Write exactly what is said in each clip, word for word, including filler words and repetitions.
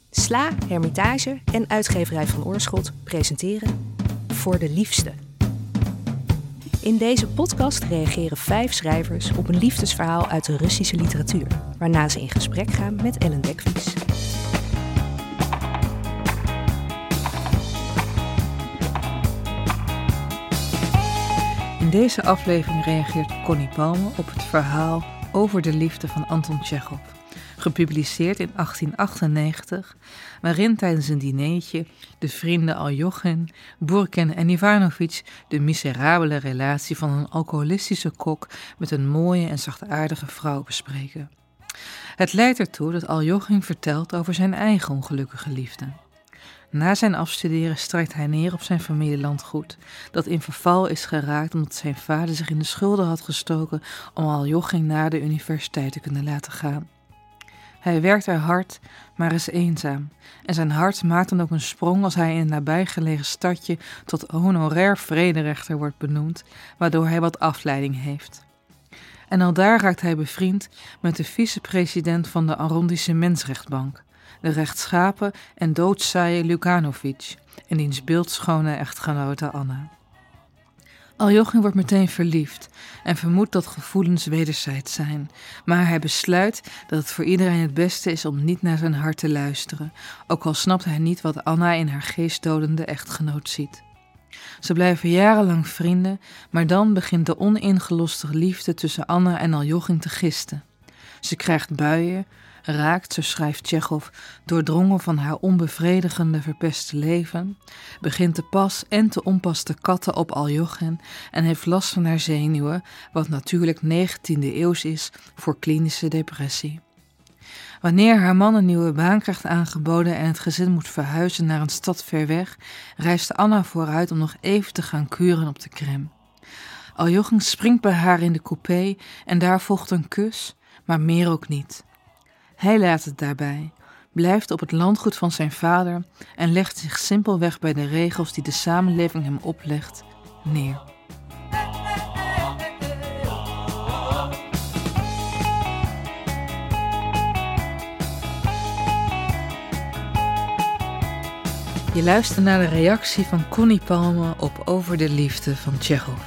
Sla, Hermitage en uitgeverij Van Oorschot presenteren Voor de Liefste. In deze podcast reageren vijf schrijvers op een liefdesverhaal uit de Russische literatuur, waarna ze in gesprek gaan met Ellen Dekvies. In deze aflevering reageert Connie Palme op het verhaal Over de Liefde van Anton Tjekhov, gepubliceerd in achttien achtennegentig, waarin tijdens een dinertje de vrienden Aljochin, Bourkin en Ivanovic de miserabele relatie van een alcoholistische kok met een mooie en zachtaardige vrouw bespreken. Het leidt ertoe dat Aljochin vertelt over zijn eigen ongelukkige liefde. Na zijn afstuderen strijkt hij neer op zijn familielandgoed, dat in verval is geraakt omdat zijn vader zich in de schulden had gestoken om Aljochin naar de universiteit te kunnen laten gaan. Hij werkt er hard, maar is eenzaam, en zijn hart maakt dan ook een sprong als hij in een nabijgelegen stadje tot honorair vrederechter wordt benoemd, waardoor hij wat afleiding heeft. En aldaar raakt hij bevriend met de vicepresident van de Arrondische Mensrechtbank, de rechtschapen en doodsaaie Lukanovic en diens beeldschone echtgenote Anna. Aljochin wordt meteen verliefd en vermoedt dat gevoelens wederzijds zijn, maar hij besluit dat het voor iedereen het beste is om niet naar zijn hart te luisteren, ook al snapt hij niet wat Anna in haar geestdodende echtgenoot ziet. Ze blijven jarenlang vrienden, maar dan begint de oningeloste liefde tussen Anna en Aljochin te gisten. Ze krijgt buien, raakt, zo schrijft Tjekhov, doordrongen van haar onbevredigende verpeste leven, begint te pas en te onpas te katten op Aljochin en heeft last van haar zenuwen, wat natuurlijk negentiende eeuws is voor klinische depressie. Wanneer haar man een nieuwe baan krijgt aangeboden en het gezin moet verhuizen naar een stad ver weg, reist Anna vooruit om nog even te gaan kuren op de Krim. Aljochin springt bij haar in de coupé en daar volgt een kus, maar meer ook niet. Hij laat het daarbij, blijft op het landgoed van zijn vader en legt zich simpelweg bij de regels die de samenleving hem oplegt, neer. Je luistert naar de reactie van Connie Palme op Over de Liefde van Tjekhov.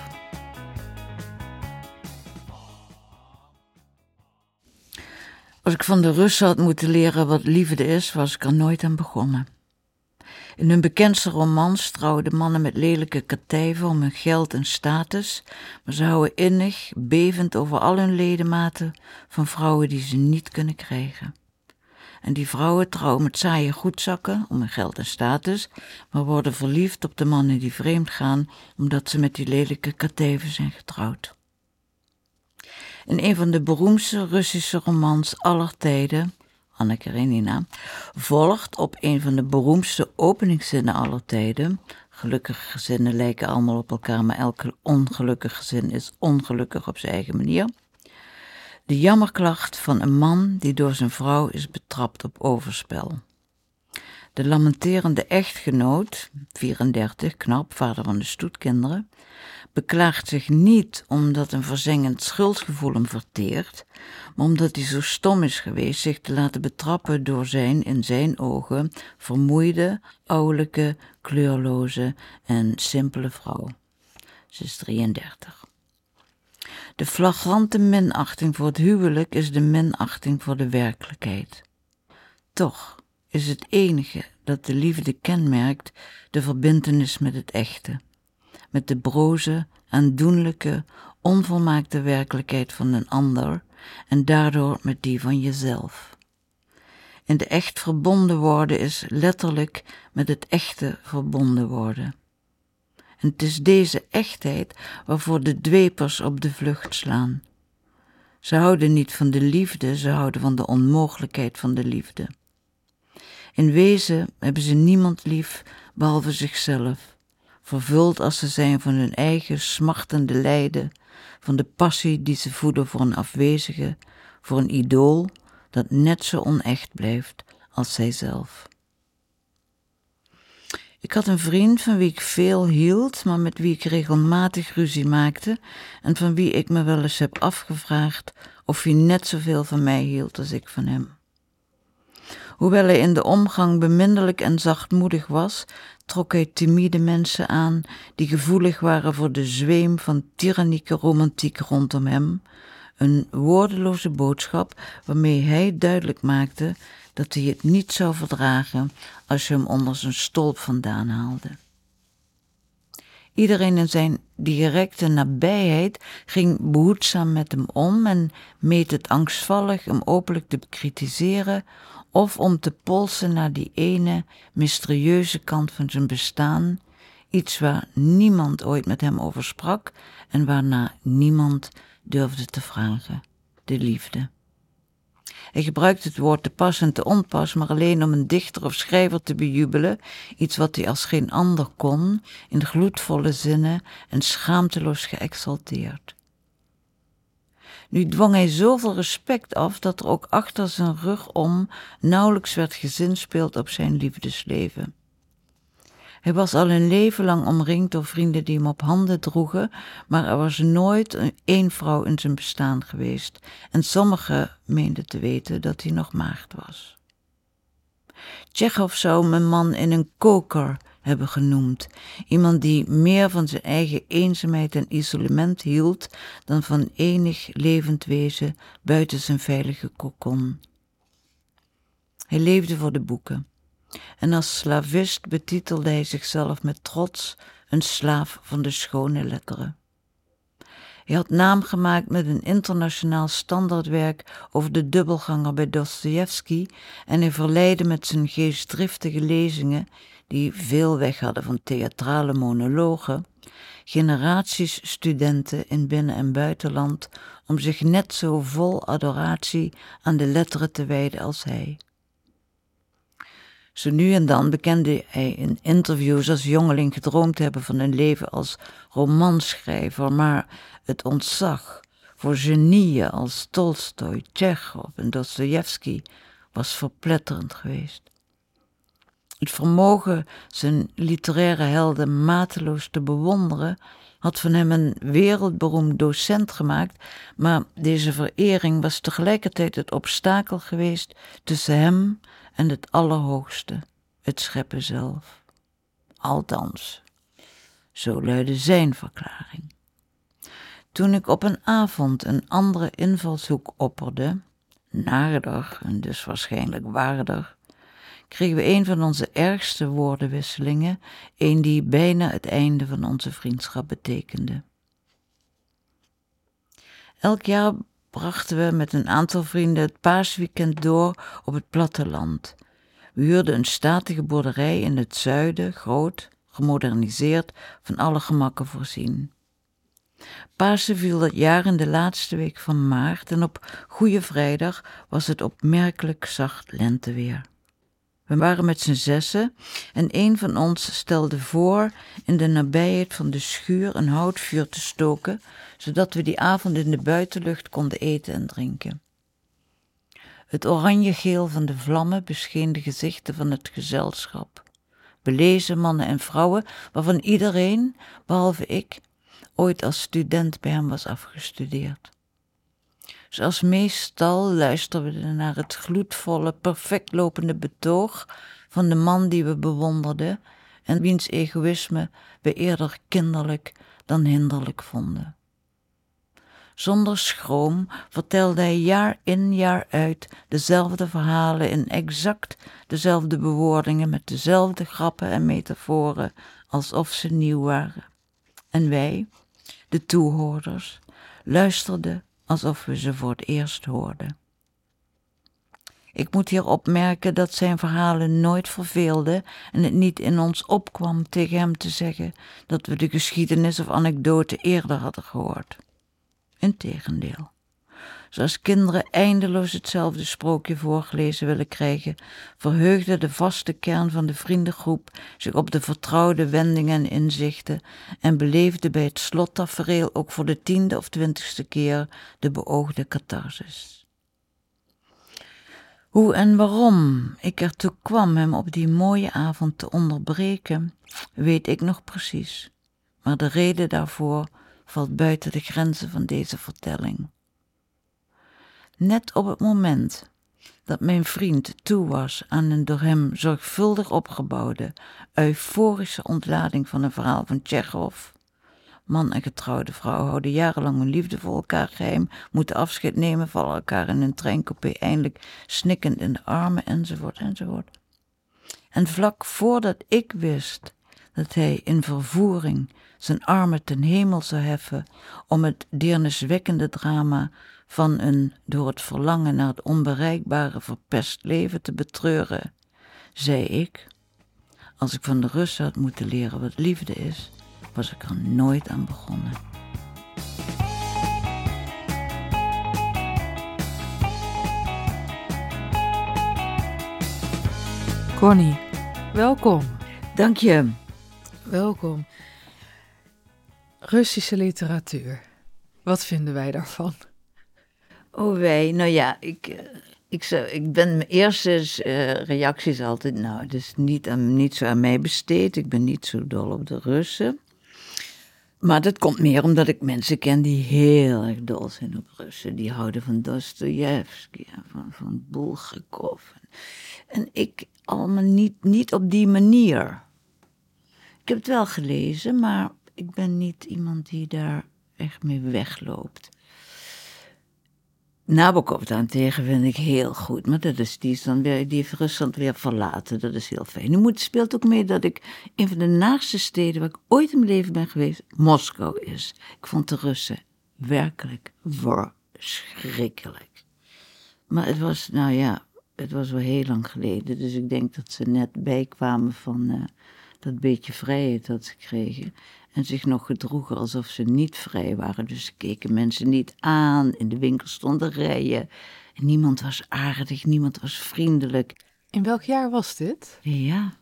Als ik van de Russen had moeten leren wat liefde is, was ik er nooit aan begonnen. In hun bekendste romans trouwen de mannen met lelijke katijven om hun geld en status, maar ze houden innig, bevend over al hun ledematen van vrouwen die ze niet kunnen krijgen. En die vrouwen trouwen met saaie goedzakken om hun geld en status, maar worden verliefd op de mannen die vreemd gaan, omdat ze met die lelijke katijven zijn getrouwd. In een van de beroemdste Russische romans aller tijden, Anna Karenina, volgt op een van de beroemdste openingszinnen aller tijden. Gelukkige gezinnen lijken allemaal op elkaar, maar elke ongelukkig gezin is ongelukkig op zijn eigen manier. De jammerklacht van een man die door zijn vrouw is betrapt op overspel. De lamenterende echtgenoot, vierendertig, knap, vader van de stoetkinderen, beklaagt zich niet omdat een verzengend schuldgevoel hem verteert, maar omdat hij zo stom is geweest zich te laten betrappen door zijn, in zijn ogen, vermoeide, ouwelijke, kleurloze en simpele vrouw. Ze is drieëndertig. De flagrante minachting voor het huwelijk is de minachting voor de werkelijkheid. Toch is het enige dat de liefde kenmerkt de verbintenis met het echte, met de broze, aandoenlijke, onvolmaakte werkelijkheid van een ander en daardoor met die van jezelf. In de echt verbonden worden is letterlijk met het echte verbonden worden. En het is deze echtheid waarvoor de dwepers op de vlucht slaan. Ze houden niet van de liefde, ze houden van de onmogelijkheid van de liefde. In wezen hebben ze niemand lief behalve zichzelf, vervuld als ze zijn van hun eigen smartende lijden, van de passie die ze voeden voor een afwezige, voor een idool dat net zo onecht blijft als zijzelf. Ik had een vriend van wie ik veel hield, maar met wie ik regelmatig ruzie maakte en van wie ik me wel eens heb afgevraagd of hij net zoveel van mij hield als ik van hem. Hoewel hij in de omgang beminnelijk en zachtmoedig was, trok hij timide mensen aan die gevoelig waren voor de zweem van tyrannieke romantiek rondom hem, een woordeloze boodschap waarmee hij duidelijk maakte dat hij het niet zou verdragen als je hem onder zijn stolp vandaan haalde. Iedereen in zijn directe nabijheid ging behoedzaam met hem om en meed het angstvallig hem openlijk te bekritiseren of om te polsen naar die ene mysterieuze kant van zijn bestaan, iets waar niemand ooit met hem over sprak en waarna niemand durfde te vragen: de liefde. Hij gebruikt het woord te pas en te onpas, maar alleen om een dichter of schrijver te bejubelen, iets wat hij als geen ander kon, in gloedvolle zinnen en schaamteloos geëxalteerd. Nu dwong hij zoveel respect af dat er ook achter zijn rug om nauwelijks werd gezinspeeld op zijn liefdesleven. Hij was al een leven lang omringd door vrienden die hem op handen droegen, maar er was nooit één vrouw in zijn bestaan geweest en sommigen meenden te weten dat hij nog maagd was. Tjekhov zou hem een man in een koker hebben genoemd, iemand die meer van zijn eigen eenzaamheid en isolement hield dan van enig levend wezen buiten zijn veilige kokon. Hij leefde voor de boeken. En als slavist betitelde hij zichzelf met trots een slaaf van de schone letteren. Hij had naam gemaakt met een internationaal standaardwerk over de dubbelganger bij Dostojevski en hij verleidde met zijn geestdriftige lezingen, die veel weg hadden van theatrale monologen, generaties studenten in binnen- en buitenland om zich net zo vol adoratie aan de letteren te wijden als hij. Zo nu en dan bekende hij in interviews als jongeling gedroomd te hebben van een leven als romanschrijver, maar het ontzag voor genieën als Tolstoj, Tjekhov en Dostojevski was verpletterend geweest. Het vermogen zijn literaire helden mateloos te bewonderen had van hem een wereldberoemd docent gemaakt, maar deze verering was tegelijkertijd het obstakel geweest tussen hem en het allerhoogste, het scheppen zelf. Althans, zo luidde zijn verklaring. Toen ik op een avond een andere invalshoek opperde, naarder en dus waarschijnlijk waarder, kregen we een van onze ergste woordenwisselingen, een die bijna het einde van onze vriendschap betekende. Elk jaar brachten we met een aantal vrienden het paasweekend door op het platteland. We huurden een statige boerderij in het zuiden, groot, gemoderniseerd, van alle gemakken voorzien. Pasen viel dat jaar in de laatste week van maart en op Goeie Vrijdag was het opmerkelijk zacht lenteweer. We waren met z'n zessen en een van ons stelde voor in de nabijheid van de schuur een houtvuur te stoken, zodat we die avond in de buitenlucht konden eten en drinken. Het oranje-geel van de vlammen bescheen de gezichten van het gezelschap. Belezen mannen en vrouwen, waarvan iedereen, behalve ik, ooit als student bij hem was afgestudeerd. Zoals meestal luisterden we naar het gloedvolle, perfect lopende betoog van de man die we bewonderden en wiens egoïsme we eerder kinderlijk dan hinderlijk vonden. Zonder schroom vertelde hij jaar in jaar uit dezelfde verhalen in exact dezelfde bewoordingen met dezelfde grappen en metaforen alsof ze nieuw waren. En wij, de toehoorders, luisterden alsof we ze voor het eerst hoorden. Ik moet hier opmerken dat zijn verhalen nooit verveelden en het niet in ons opkwam tegen hem te zeggen dat we de geschiedenis of anekdote eerder hadden gehoord. Integendeel, zoals kinderen eindeloos hetzelfde sprookje voorgelezen willen krijgen, verheugde de vaste kern van de vriendengroep zich op de vertrouwde wendingen en inzichten en beleefde bij het slottafereel ook voor de tiende of twintigste keer de beoogde catharsis. Hoe en waarom ik ertoe kwam hem op die mooie avond te onderbreken, weet ik nog precies, maar de reden daarvoor valt buiten de grenzen van deze vertelling. Net op het moment dat mijn vriend toe was aan een door hem zorgvuldig opgebouwde, euforische ontlading van een verhaal van Tjekhov. Man en getrouwde vrouw houden jarenlang hun liefde voor elkaar geheim, moeten afscheid nemen, vallen elkaar in een treincoupé eindelijk snikkend in de armen, enzovoort, enzovoort. En vlak voordat ik wist dat hij in vervoering zijn armen ten hemel zou heffen om het deerniswekkende drama van een door het verlangen naar het onbereikbare verpest leven te betreuren, zei ik, als ik van de Russen had moeten leren wat liefde is, was ik er nooit aan begonnen. Connie, welkom. Dank je. Welkom. Russische literatuur. Wat vinden wij daarvan? Oh wij, nou ja, ik, uh, ik, zou, ik ben mijn eerste uh, reacties altijd, nou, het is niet, aan, niet zo aan mij besteed. Ik ben niet zo dol op de Russen. Maar dat komt meer omdat ik mensen ken die heel erg dol zijn op Russen. Die houden van Dostojevski en van, van Bulgakov. En ik allemaal niet, niet op die manier. Ik heb het wel gelezen, maar ik ben niet iemand die daar echt mee wegloopt. Nabokov daarentegen vind ik heel goed, maar dat is, die, is dan weer, die heeft Rusland weer verlaten, dat is heel fijn. Nu moet, speelt ook mee dat ik een van de naaste steden waar ik ooit in mijn leven ben geweest, Moskou is. Ik vond de Russen werkelijk verschrikkelijk. Maar het was, nou ja, het was wel heel lang geleden, dus ik denk dat ze net bijkwamen van uh, dat beetje vrijheid dat ze kregen. En zich nog gedroegen alsof ze niet vrij waren. Dus ze keken mensen niet aan. In de winkel stonden rijen. En niemand was aardig, niemand was vriendelijk. In welk jaar was dit? Ja,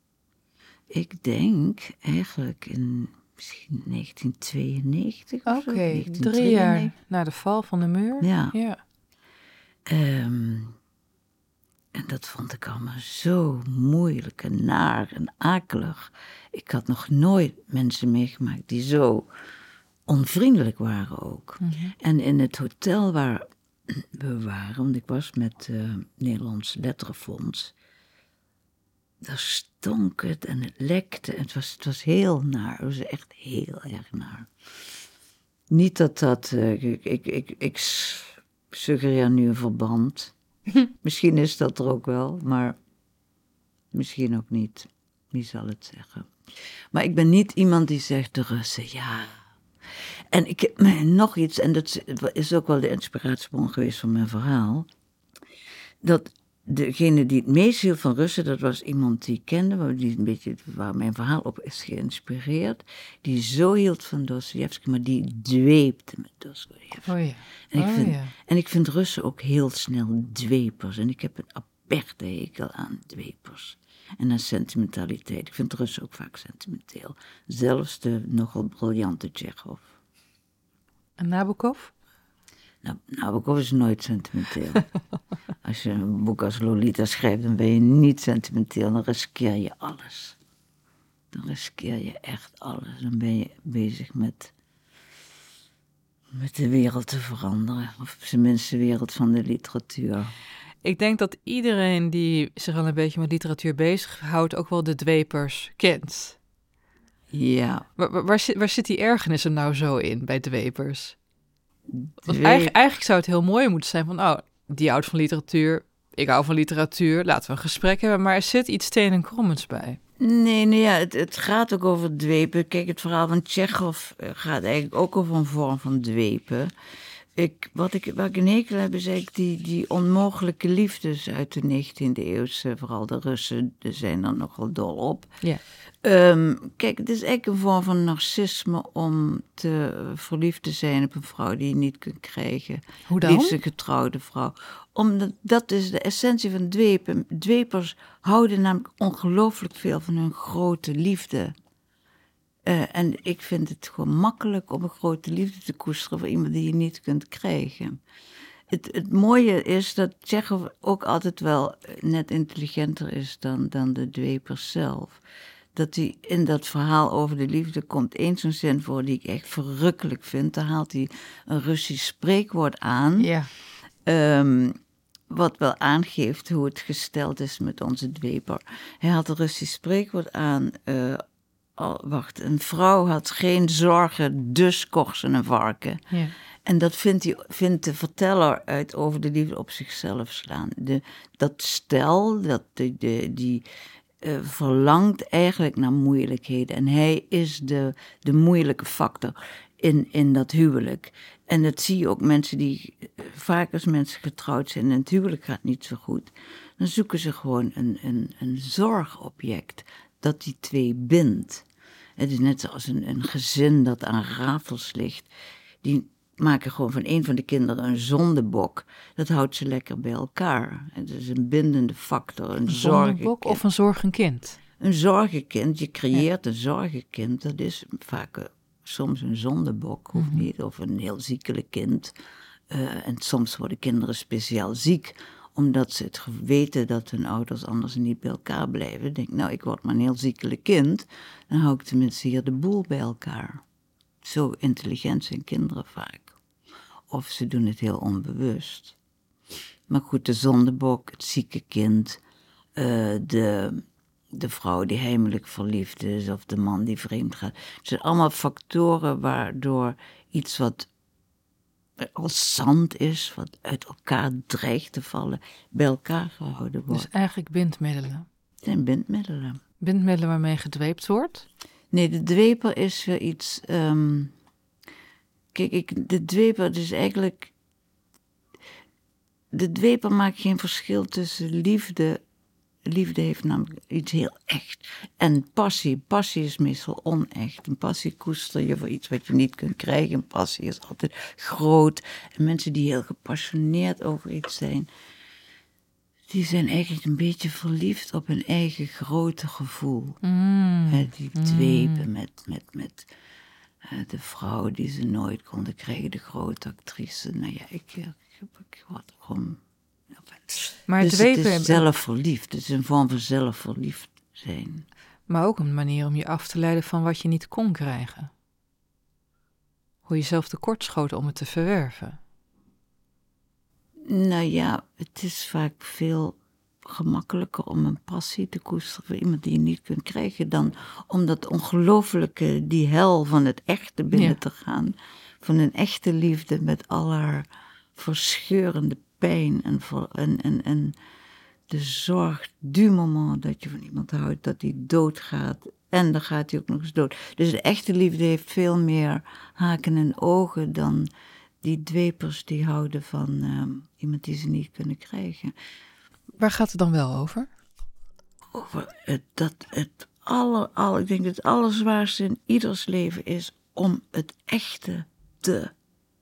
ik denk eigenlijk in misschien negentien tweeënnegentig of zo. Oké, drie jaar na de val van de muur. Ja. ja. Um, En dat vond ik allemaal zo moeilijk en naar en akelig. Ik had nog nooit mensen meegemaakt die zo onvriendelijk waren ook. Mm-hmm. En in het hotel waar we waren, want ik was met het uh, Nederlands Letterenfonds, daar stonk het en het lekte. Het was, het was heel naar, het was echt heel erg naar. Niet dat dat, uh, ik, ik, ik, ik suggereer nu een verband. Misschien is dat er ook wel, maar misschien ook niet. Wie zal het zeggen? Maar ik ben niet iemand die zegt de Russen, ja. En ik heb nog iets, en dat is ook wel de inspiratiebron geweest van mijn verhaal. Dat degene die het meest hield van Russen, dat was iemand die ik kende, die een beetje, waar mijn verhaal op is geïnspireerd. Die zo hield van Dostojevski, maar die dweepte met Dostojevski. Oh ja. En, ik oh vind, ja. en ik vind Russen ook heel snel dwepers. En ik heb een aperte hekel aan dwepers. En aan sentimentaliteit. Ik vind Russen ook vaak sentimenteel. Zelfs de nogal briljante Tjekhov. En Nabokov? Nou, Nabokov is nooit sentimenteel. Als je een boek als Lolita schrijft, dan ben je niet sentimenteel. Dan riskeer je alles. Dan riskeer je echt alles. Dan ben je bezig met, met de wereld te veranderen. Of op zijn minst de wereld van de literatuur. Ik denk dat iedereen die zich al een beetje met literatuur bezighoudt ook wel de dwepers kent. Ja. Waar, waar, waar, zit, waar zit die ergernis er nou zo in bij dwepers? Dweep... Want eigenlijk, eigenlijk zou het heel mooi moeten zijn van, oh, die houdt van literatuur, ik hou van literatuur, laten we een gesprek hebben, maar er zit iets tenenkrommends bij. Nee, nou ja, het, het gaat ook over dwepen. Kijk, het verhaal van Tjekhov gaat eigenlijk ook over een vorm van dwepen. Ik, wat ik, waar ik een hekel heb, is eigenlijk die, die onmogelijke liefdes uit de negentiende eeuw. Vooral de Russen zijn er nogal dol op. Ja. Um, kijk, het is eigenlijk een vorm van narcisme om te verliefd te zijn op een vrouw die je niet kunt krijgen. Hoe dan? Liefst een getrouwde vrouw. Omdat dat is de essentie van dwepen. Dwepers houden namelijk ongelooflijk veel van hun grote liefde. Uh, en ik vind het gewoon makkelijk om een grote liefde te koesteren voor iemand die je niet kunt krijgen. Het, het mooie is dat Tjekhov ook altijd wel net intelligenter is dan, dan de dwepers zelf. Dat hij in dat verhaal over de liefde komt één zo'n zin voor die ik echt verrukkelijk vind. Daar haalt hij een Russisch spreekwoord aan. Ja. Um, wat wel aangeeft hoe het gesteld is met onze dweper. Hij had een Russisch spreekwoord aan. Uh, al, wacht, een vrouw had geen zorgen, dus kocht ze een varken. Ja. En dat vindt, hij, vindt de verteller uit over de liefde op zichzelf slaan. De, dat stel, dat de, de, die uh, verlangt eigenlijk naar moeilijkheden. En hij is de, de moeilijke factor in, in dat huwelijk. En dat zie je ook mensen die, vaak als mensen getrouwd zijn en het huwelijk gaat niet zo goed, dan zoeken ze gewoon een, een, een zorgobject dat die twee bindt. Het is net zoals een, een gezin dat aan rafels ligt. Die maken gewoon van een van de kinderen een zondebok. Dat houdt ze lekker bij elkaar. Het is een bindende factor, een, een zondebok of een zorgenkind? Een zorgenkind, je creëert ja. een zorgenkind, dat is vaak uh, soms een zondebok, hoeft mm-hmm. niet, of een heel ziekelijk kind. Uh, en soms worden kinderen speciaal ziek, omdat ze het weten dat hun ouders anders niet bij elkaar blijven. Denk, nou, ik word maar een heel ziekelijk kind, dan hou ik tenminste hier de boel bij elkaar. Zo intelligent zijn kinderen vaak. Of ze doen het heel onbewust. Maar goed, de zondebok, het zieke kind, uh, de, de vrouw die heimelijk verliefd is of de man die vreemd gaat. Het zijn allemaal factoren waardoor iets wat als zand is, wat uit elkaar dreigt te vallen, bij elkaar gehouden wordt. Dus eigenlijk bindmiddelen? Het zijn bindmiddelen. Bindmiddelen waarmee gedweept wordt? Nee, de dweper is weer iets... Um, kijk, ik, de dweper is eigenlijk... De dweper maakt geen verschil tussen liefde... Liefde heeft namelijk iets heel echt. En passie, passie is meestal onecht. Een passie koester je voor iets wat je niet kunt krijgen. Een passie is altijd groot. En mensen die heel gepassioneerd over iets zijn... die zijn eigenlijk een beetje verliefd op hun eigen grote gevoel. Mm. He, die dwepen mm. met, met, met uh, de vrouw die ze nooit konden krijgen, de grote actrice. Nou ja, ik, ik, ik word gewoon... Maar dus dwepen... het is zelfverliefd, het is een vorm van zelfverliefd zijn. Maar ook een manier om je af te leiden van wat je niet kon krijgen. Hoe je zelf tekortschoot om het te verwerven. Nou ja, het is vaak veel gemakkelijker om een passie te koesteren voor iemand die je niet kunt krijgen, dan om dat ongelofelijke, die hel van het echte binnen ja. te gaan. Van een echte liefde met al haar verscheurende pijn en, en, en, en de zorg du moment dat je van iemand houdt, dat die doodgaat. En dan gaat hij ook nog eens dood. Dus de echte liefde heeft veel meer haken en ogen dan die dwepers die houden van uh, iemand die ze niet kunnen krijgen. Waar gaat het dan wel over? Over het, dat het aller, aller, ik denk dat het allerzwaarste in ieders leven is om het echte te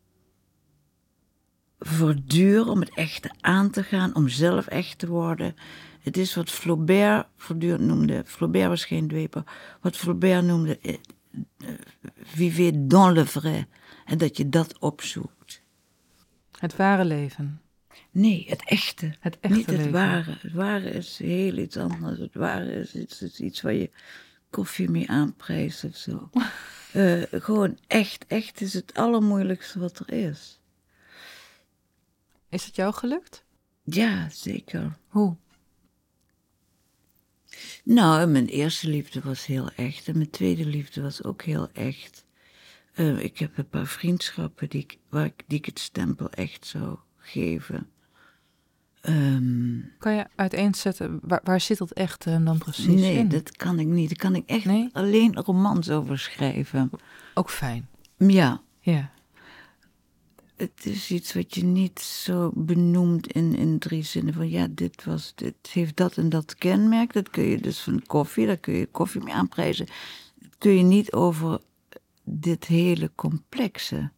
verduren, om het echte aan te gaan, om zelf echt te worden. Het is wat Flaubert voortdurend noemde, Flaubert was geen dweper, wat Flaubert noemde, eh, uh, vivez dans le vrai, en dat je dat opzoekt. Het ware leven. Nee, het echte. Het echte Niet het leven. ware. Het ware is heel iets anders. Het ware is iets, is iets waar je koffie mee aanprijst of zo. uh, gewoon echt, echt is het allermoeilijkste wat er is. Is het jou gelukt? Ja, zeker. Hoe? Nou, mijn eerste liefde was heel echt. En mijn tweede liefde was ook heel echt. Uh, ik heb een paar vriendschappen die ik, waar ik, die ik het stempel echt zou geven. Um, kan je uiteenzetten, waar, waar zit dat echt uh, dan precies nee, in? Nee, dat kan ik niet. Daar kan ik echt nee? alleen romans over schrijven. Ook fijn. Ja. Ja. Het is iets wat je niet zo benoemt in, in drie zinnen. Van ja, dit was, dit heeft dat en dat kenmerk. Dat kun je dus van koffie, daar kun je koffie mee aanprijzen. Dat kun je niet over dit hele complexe.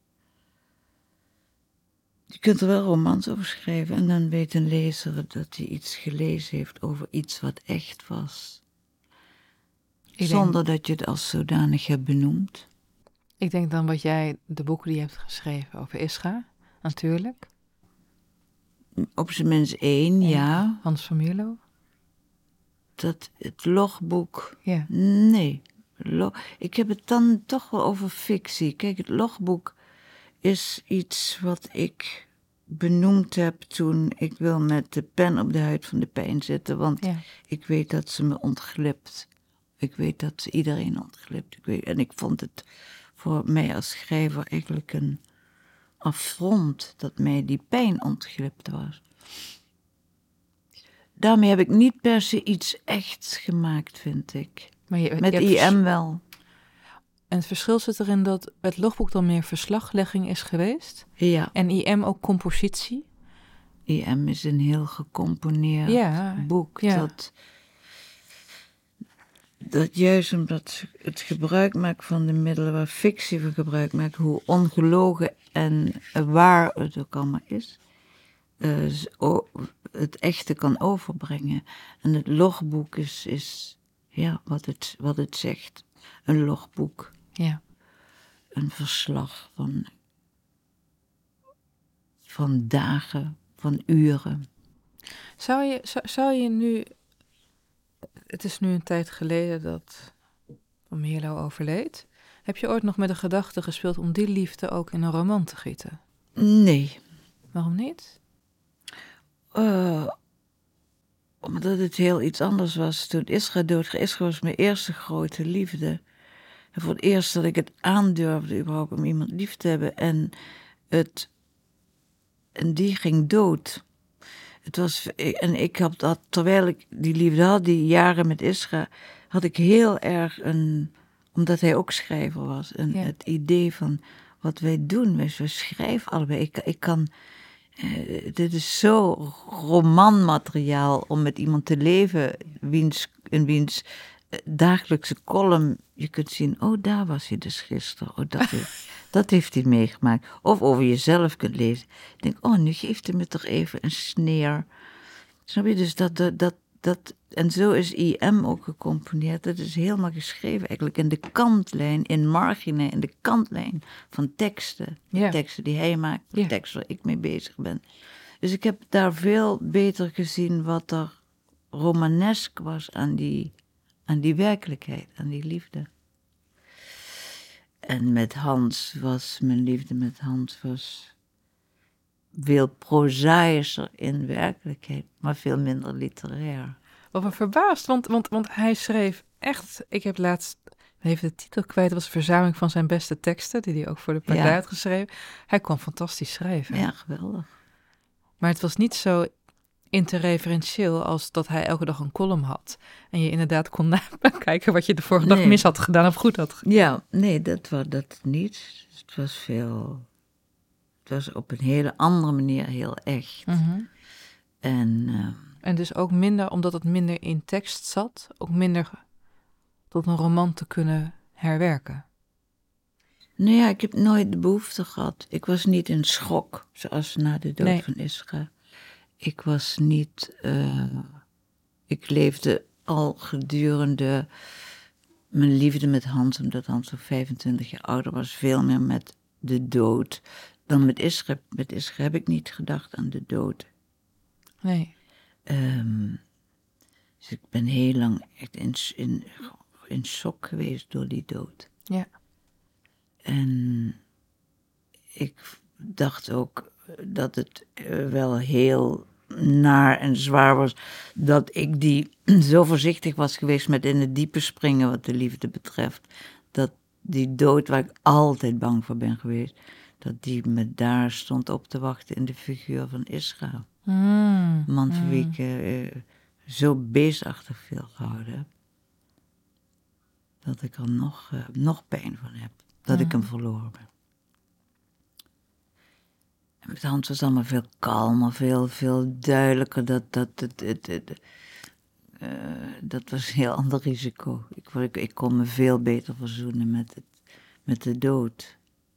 Je kunt er wel romans over schrijven en dan weet een lezer dat hij iets gelezen heeft over iets wat echt was. Ik Zonder denk, dat je het als zodanig hebt benoemd. Ik denk dan wat jij, de boeken die je hebt geschreven over Ischa, natuurlijk. Op zijn minst één, en ja. Hans van Mierlo? Dat, het logboek, ja. nee. Log, ik heb het dan toch wel over fictie. Kijk, het logboek is iets wat ik benoemd heb toen, ik wil met de pen op de huid van de pijn zitten, want Ja. ik weet dat ze me ontglipt. Ik weet dat ze iedereen ontglipt. Ik weet, en ik vond het voor mij als schrijver eigenlijk een affront dat mij die pijn ontglipt was. Daarmee heb ik niet per se iets echts gemaakt, vind ik. Maar je, Met je hebt I vers- M wel. En het verschil zit erin dat het logboek dan meer verslaglegging is geweest. Ja, En I M ook compositie. I M is een heel gecomponeerd Ja, boek. ja. Dat, dat juist omdat het gebruik maakt van de middelen waar fictie van gebruik maakt, hoe ongelogen en waar het ook allemaal is, uh, zo- het echte kan overbrengen. En het logboek is, is ja, wat het, wat het zegt. Een logboek. Ja. Een verslag van, van dagen, van uren. Zou je, zou, zou je nu... Het is nu een tijd geleden dat Van Mierlo overleed. Heb je ooit nog met de gedachte gespeeld om die liefde ook in een roman te gieten? Nee. Waarom niet? Uh, omdat het heel iets anders was toen Isra doodging. Isra was mijn eerste grote liefde. En voor het eerst dat ik het aandurfde überhaupt om iemand lief te hebben. En, het, en die ging dood. Het was, en ik had dat, terwijl ik die liefde had, die jaren met Isra, had ik heel erg een, omdat hij ook schrijver was, een, Ja. het idee van wat wij doen. Wij schrijven allebei. Ik, ik kan, uh, dit is zo romanmateriaal om met iemand te leven, wiens, in wiens uh, dagelijkse column je kunt zien, oh, daar was hij dus gisteren. Oh, dat heeft, dat heeft hij meegemaakt. Of over jezelf kunt lezen. Ik denk, oh, nu geeft hij me toch even een sneer. Snap je? Dus dat, dat, dat, dat, en zo is I M ook gecomponeerd. Dat is helemaal geschreven eigenlijk in de kantlijn, in margine, in de kantlijn van teksten. De Ja. teksten die hij maakt, de Ja. teksten waar ik mee bezig ben. Dus ik heb daar veel beter gezien wat er romanesk was aan die, aan die werkelijkheid, aan die liefde. En met Hans was, mijn liefde met Hans was veel prozaïscher in werkelijkheid, maar veel minder literair. Wat me verbaast, want, want, want hij schreef echt... Ik heb laatst even de titel kwijt. Het was een verzameling van zijn beste teksten, die hij ook voor de partij Ja. had geschreven. Hij kon fantastisch schrijven. Ja, geweldig. Maar het was niet zo interreferentieel als dat hij elke dag een column had. En je inderdaad kon nakijken wat je de vorige dag Nee. mis had gedaan of goed had gedaan. Ja, nee, dat was dat niet. Het was veel... Het was op een hele andere manier heel echt. Mm-hmm. En... Uh, En dus ook minder, omdat het minder in tekst zat, ook minder tot een roman te kunnen herwerken. Nou ja, ik heb nooit de behoefte gehad. Ik was niet in schok, zoals na de dood Nee. van Isra. Ik was niet... Uh, ik leefde al gedurende mijn liefde met Hans, omdat Hans zo vijfentwintig jaar ouder was, veel meer met de dood dan met Isra. Met Isra heb ik niet gedacht aan de dood. Nee. Um, dus ik ben heel lang echt in, in, in shock geweest door die dood. Ja. En ik dacht ook dat het wel heel naar en zwaar was dat ik die zo voorzichtig was geweest met in het diepe springen wat de liefde betreft. Dat die dood waar ik altijd bang voor ben geweest, dat die me daar stond op te wachten in de figuur van Isra. Mm, Een man van mm. wie ik uh, zo beestachtig veel gehouden heb. Dat ik er nog, uh, nog pijn van heb. Dat mm. ik hem verloren ben. En met Hans was het allemaal veel kalmer, veel, veel duidelijker. Dat, dat, dat, dat, dat, uh, dat was een heel ander risico. Ik, ik, ik kon me veel beter verzoenen met, het, met de dood.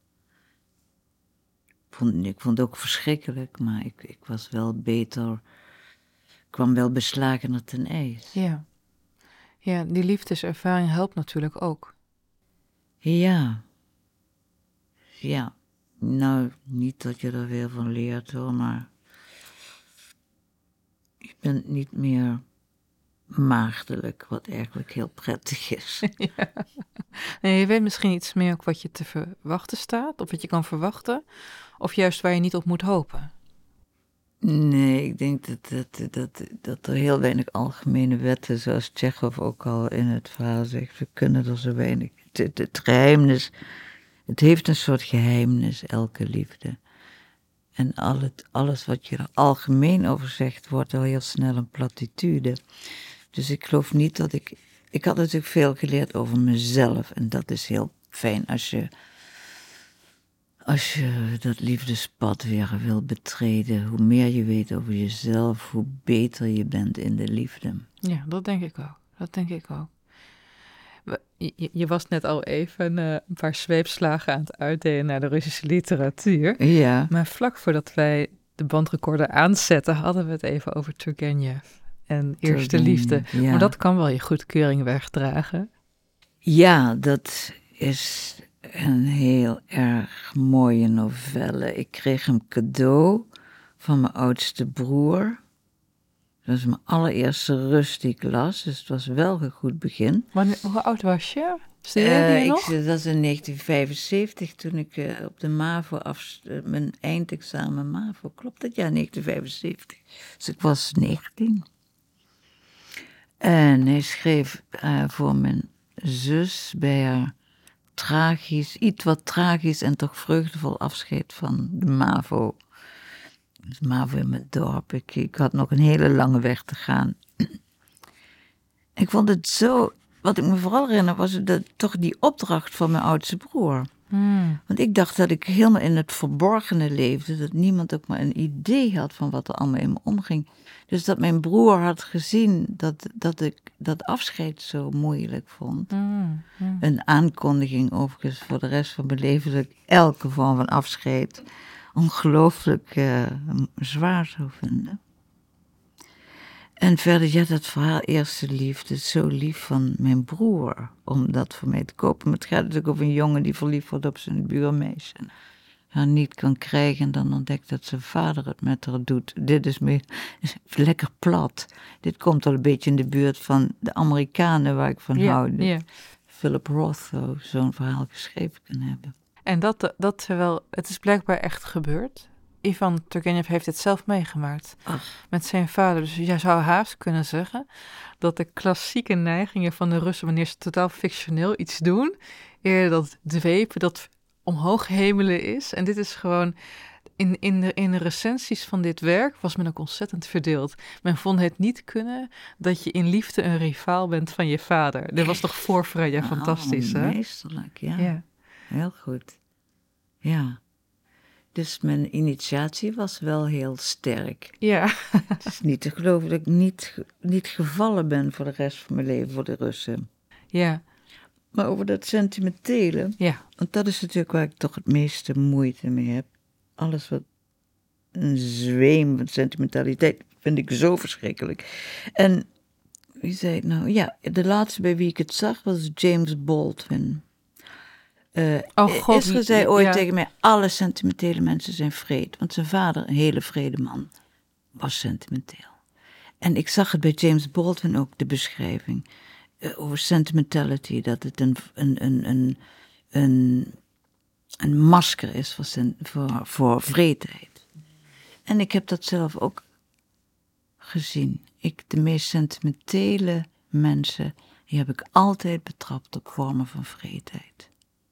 Ik vond, ik vond het ook verschrikkelijk, maar ik, ik was wel beter... kwam wel beslagener ten ijs. Ja. Ja, die liefdeservaring helpt natuurlijk ook. Ja. Ja. Nou, niet dat je er weer van leert hoor, maar... je bent niet meer maagdelijk, wat eigenlijk heel prettig is. Ja. Nee, je weet misschien iets meer ook wat je te verwachten staat, of wat je kan verwachten, of juist waar je niet op moet hopen. Nee, ik denk dat, dat, dat, dat er heel weinig algemene wetten, zoals Tjechov ook al in het verhaal zegt, we kunnen er zo weinig. Het, het, het geheimnis, het heeft een soort geheimnis, elke liefde. En al het, alles wat je er algemeen over zegt, wordt al heel snel een platitude. Dus ik geloof niet dat ik... Ik had natuurlijk veel geleerd over mezelf. En dat is heel fijn als je... Als je dat liefdespad weer wil betreden. Hoe meer je weet over jezelf, hoe beter je bent in de liefde. Ja, dat denk ik ook. Dat denk ik ook. Je, je was net al even uh, een paar zweepslagen aan het uitdelen naar de Russische literatuur. Ja. Maar vlak voordat wij de bandrecorder aanzetten, hadden we het even over Turgenev en Eerste Turgenev, Liefde. Ja. Maar dat kan wel je goedkeuring wegdragen. Ja, dat is een heel erg mooie novelle. Ik kreeg hem cadeau van mijn oudste broer. Dat was mijn allereerste Rus die ik las, dus het was wel een goed begin. Wanneer, hoe oud was je? Studeerde Uh, je ik, nog? Dat was in negentien vijfenzeventig, toen ik uh, op de MAVO, af, uh, mijn eindexamen MAVO, klopt dat? Ja, negentien vijfenzeventig. Dus ik was negentien. En hij schreef uh, voor mijn zus bij haar tragisch, iets wat tragisch en toch vreugdevol afscheid van de MAVO. Dus MAVO in mijn dorp. Ik, ik had nog een hele lange weg te gaan. Ik vond het zo... Wat ik me vooral herinner was dat, toch die opdracht van mijn oudste broer. Hmm. Want ik dacht dat ik helemaal in het verborgene leefde. Dat niemand ook maar een idee had van wat er allemaal in me omging. Dus dat mijn broer had gezien dat, dat ik dat afscheid zo moeilijk vond. Hmm. Hmm. Een aankondiging overigens voor de rest van mijn leven. Dat ik elke vorm van afscheid ongelooflijk uh, zwaar zou vinden. En verder, ja, dat verhaal Eerste Liefde, zo lief van mijn broer, om dat voor mij te kopen. Maar het gaat natuurlijk over een jongen die verliefd wordt op zijn buurmeisje. Haar niet kan krijgen en dan ontdekt dat zijn vader het met haar doet. Dit is, meer, is lekker plat. Dit komt al een beetje in de buurt van de Amerikanen waar ik van Ja, hou. ja. Philip Roth zo'n verhaal geschreven kan hebben. En dat, dat terwijl, het is blijkbaar echt gebeurd. Ivan Turgenev heeft het zelf meegemaakt Ach. met zijn vader. Dus je zou haast kunnen zeggen dat de klassieke neigingen van de Russen, wanneer ze totaal fictioneel iets doen, eerder dat dwepen, dat omhoog hemelen is. En dit is gewoon, in, in, de, in de recensies van dit werk was men ook ontzettend verdeeld. Men vond het niet kunnen dat je in liefde een rivaal bent van je vader. Dat was toch voor Freya Oh, fantastisch, hè? meesterlijk, ja. Ja. Heel goed. Ja. Dus mijn initiatie was wel heel sterk. Ja. Het is niet te geloven dat ik niet, niet gevallen ben voor de rest van mijn leven voor de Russen. Ja. Maar over dat sentimentele, Ja. want dat is natuurlijk waar ik toch het meeste moeite mee heb. Alles wat een zweem van sentimentaliteit vind ik zo verschrikkelijk. En wie zei het nou? Ja, de laatste bij wie ik het zag was James Baldwin. Uh, oh God, Israël zei ooit ja. tegen mij, alle sentimentele mensen zijn vreed. Want zijn vader, een hele vrede man, was sentimenteel. En ik zag het bij James Baldwin ook, de beschrijving. Uh, over sentimentality, dat het een, een, een, een, een, een masker is voor, sen, voor, voor vreedheid. En ik heb dat zelf ook gezien. Ik, de meest sentimentele mensen, die heb ik altijd betrapt op vormen van vreedheid.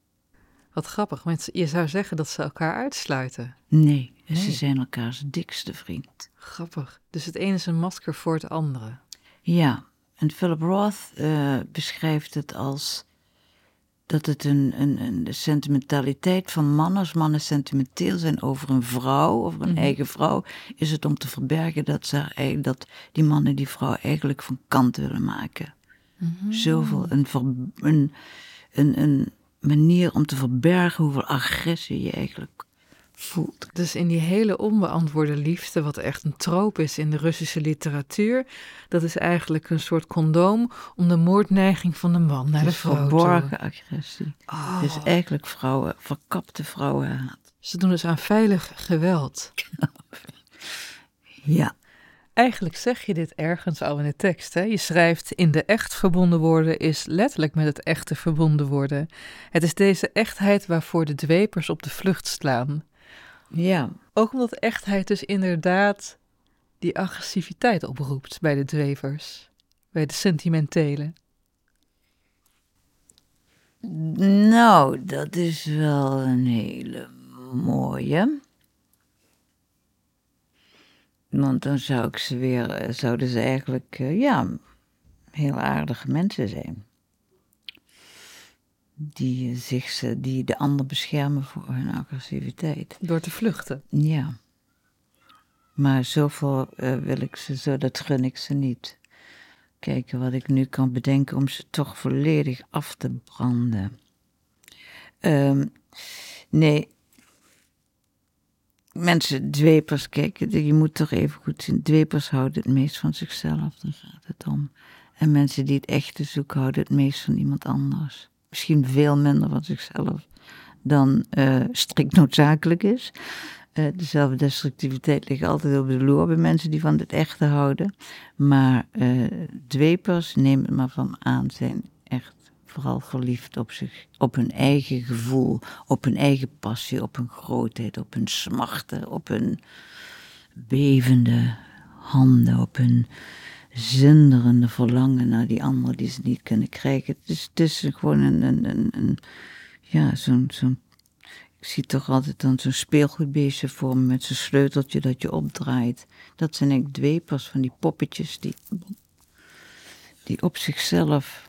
Wat grappig, want je zou zeggen dat ze elkaar uitsluiten. Nee, Nee. ze zijn elkaars dikste vriend. Grappig. Dus het ene is een masker voor het andere. Ja, en Philip Roth uh, beschrijft het als dat het een, een, een de sentimentaliteit van mannen, als mannen sentimenteel zijn over een vrouw, over een Mm-hmm. eigen vrouw, is het om te verbergen dat, ze, dat die mannen die vrouw eigenlijk van kant willen maken. Mm-hmm. Zoveel, een, ver, een, een, een manier om te verbergen hoeveel agressie je eigenlijk voelt. Dus in die hele onbeantwoorde liefde, wat echt een troop is in de Russische literatuur, dat is eigenlijk een soort condoom om de moordneiging van de man naar Het de is vrouw verborgen toe. agressie. Oh. Het is eigenlijk vrouwen, verkapte vrouwenhaat. Ze doen dus aan veilig geweld. Ja. Eigenlijk zeg je dit ergens al in de tekst. Hè? Je schrijft, in de echt verbonden worden is letterlijk met het echte verbonden worden. Het is deze echtheid waarvoor de dwepers op de vlucht slaan. Ja. Ook omdat echtheid dus inderdaad die agressiviteit oproept bij de dwepers, bij de sentimentelen. Nou, dat is wel een hele mooie. Want dan zou ik ze weer, zouden ze eigenlijk, uh, ja, heel aardige mensen zijn. Die, zich, die de ander beschermen voor hun agressiviteit. Door te vluchten. Ja. Maar zoveel uh, wil ik ze, zo dat gun ik ze niet. Kijken wat ik nu kan bedenken om ze toch volledig af te branden. Um, nee. Mensen, dwepers, kijk, je moet toch even goed zien. Dwepers houden het meest van zichzelf, daar gaat het om. En mensen die het echte zoeken, houden het meest van iemand anders. Misschien veel minder van zichzelf dan uh, strikt noodzakelijk is. Uh, de zelfdestructiviteit ligt altijd op de loer bij mensen die van het echte houden. Maar uh, dwepers, neem het maar van aan, zijn echt vooral verliefd op zich, op hun eigen gevoel, op hun eigen passie, op hun grootheid, op hun smarten, op hun bevende handen, op hun zinderende verlangen naar die anderen die ze niet kunnen krijgen. Het is, het is gewoon een, een, een, een ja, zo'n, zo'n, ik zie toch altijd dan zo'n speelgoedbeestje voor me met zo'n sleuteltje dat je opdraait. Dat zijn eigenlijk dwepers van die poppetjes die, die op zichzelf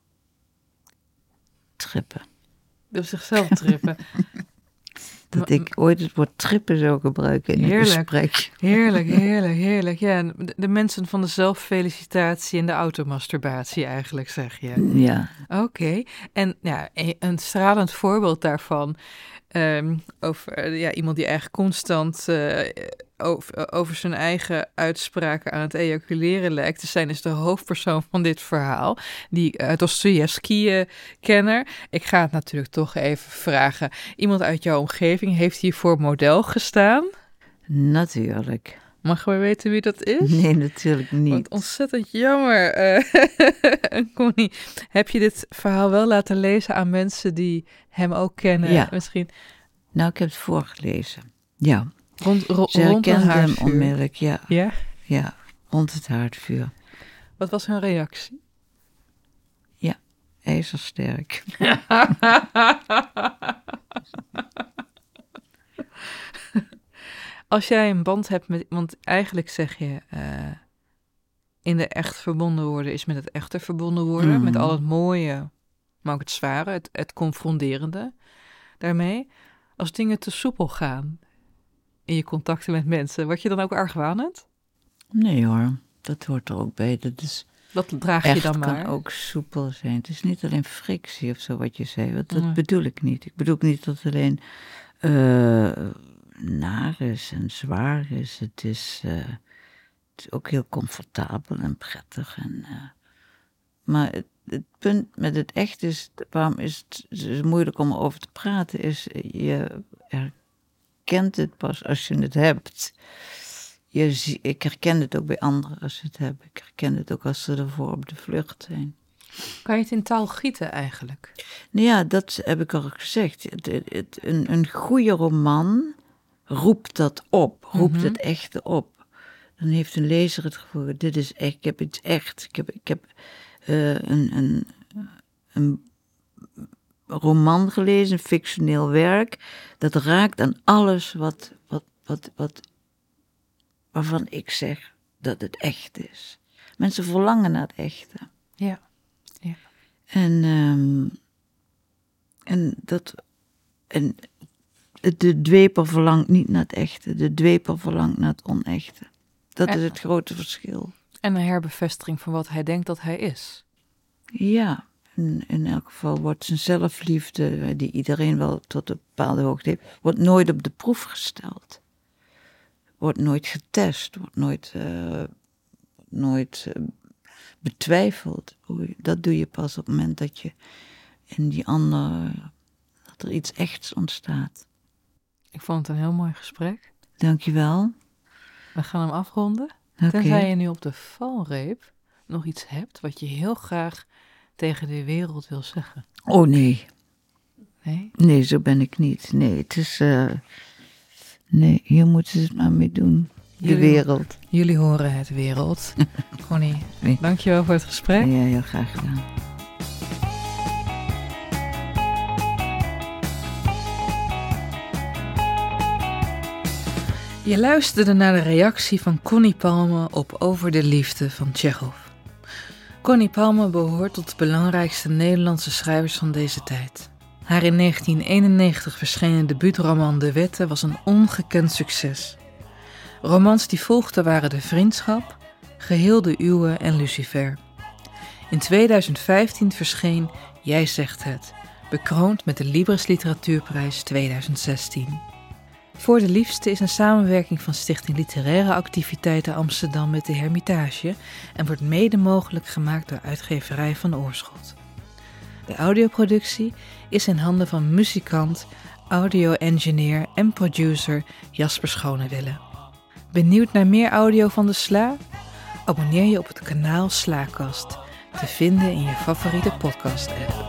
trippen. Op zichzelf trippen. Dat ik ooit het woord trippen zou gebruiken in heerlijk, een gesprek. Heerlijk, heerlijk, heerlijk. Ja, de, de mensen van de zelffelicitatie en de automasturbatie eigenlijk, zeg je. Ja. Oké. Okay. En ja, een stralend voorbeeld daarvan, um, over ja, iemand die eigenlijk constant uh, over, over zijn eigen uitspraken aan het ejaculeren lijkt te zijn, is de hoofdpersoon van dit verhaal, die uh, Dostojevski-kenner. Uh, ik ga het natuurlijk toch even vragen. Iemand uit jouw omgeving heeft hier voor model gestaan? Natuurlijk. Mag we weten wie dat is? Nee, natuurlijk niet. Wat ontzettend jammer. Uh, Connie, heb je dit verhaal wel laten lezen aan mensen die hem ook kennen? Ja. Misschien. Nou, ik heb het voorgelezen. Ja. Rond, ro- Ze rond een haardvuur. hem onmiddellijk, ja. Ja? Ja, rond het haardvuur. Wat was hun reactie? Ja, ijzersterk. Als jij een band hebt met... Want eigenlijk zeg je... Uh, in de echt verbonden worden is met het echte verbonden worden. Mm. Met al het mooie, maar ook het zware, het, het confronterende daarmee. Als dingen te soepel gaan in je contacten met mensen, word je dan ook argwanend? Nee hoor, dat hoort er ook bij. Dat is... Wat draag je dan maar? Het kan ook soepel zijn. Het is niet alleen frictie of zo wat je zei. Want dat nee. bedoel ik niet. Ik bedoel niet dat het alleen uh, naar is en zwaar is. Het is, uh, het is ook heel comfortabel en prettig. En, uh, maar het, het punt met het echt is, waarom is het is moeilijk om erover te praten, is je herkent het pas als je het hebt. Je zie, ik herken het ook bij anderen als ze het hebben. Ik herken het ook als ze ervoor op de vlucht zijn. Kan je het in taal gieten eigenlijk? Nou ja, dat heb ik al gezegd. Het, het, een, een goede roman roept dat op, roept mm-hmm. het echte op. Dan heeft een lezer het gevoel, dit is echt, ik heb iets echt. Ik heb, ik heb uh, een, een, een roman gelezen, een fictioneel werk. Dat raakt aan alles wat, wat, wat, wat waarvan ik zeg dat het echt is. Mensen verlangen naar het echte. Ja. ja. En, um, en dat. En de dweper verlangt niet naar het echte. De dweper verlangt naar het onechte. Dat en, is het grote verschil. En een herbevestiging van wat hij denkt dat hij is. Ja. In, in elk geval wordt zijn zelfliefde, die iedereen wel tot een bepaalde hoogte heeft, wordt nooit op de proef gesteld. Wordt nooit getest, wordt nooit, uh, nooit uh, betwijfeld. Dat doe je pas op het moment dat je in die ander, dat er iets echts ontstaat. Ik vond het een heel mooi gesprek. Dankjewel. We gaan hem afronden. Okay. Tenzij je nu op de valreep nog iets hebt wat je heel graag tegen de wereld wil zeggen. Oh nee. Nee? Nee, zo ben ik niet. Nee, het is... Uh, Nee, hier moeten ze het maar mee doen. De Jullie, wereld. Jullie horen het, wereld. Connie, Nee. dankjewel voor het gesprek. Ja, heel graag gedaan. Je luisterde naar de reactie van Connie Palme op Over de Liefde van Tjekhov. Connie Palme behoort tot de belangrijkste Nederlandse schrijvers van deze tijd. Haar in negentien eenennegentig verschenen debuutroman De Wetten was een ongekend succes. Romans die volgden waren De Vriendschap, Geheel de Uwe en Lucifer. In tweeduizend vijftien verscheen Jij zegt het, bekroond met de Libris Literatuurprijs tweeduizend zestien. Voor de Liefste is een samenwerking van Stichting Literaire Activiteiten Amsterdam met de Hermitage en wordt mede mogelijk gemaakt door uitgeverij Van Oorschot. De audioproductie is in handen van muzikant, audio-engineer en producer Jasper Schonewille. Benieuwd naar meer audio van de Sla? Abonneer je op het kanaal Slaakast, te vinden in je favoriete podcast-app.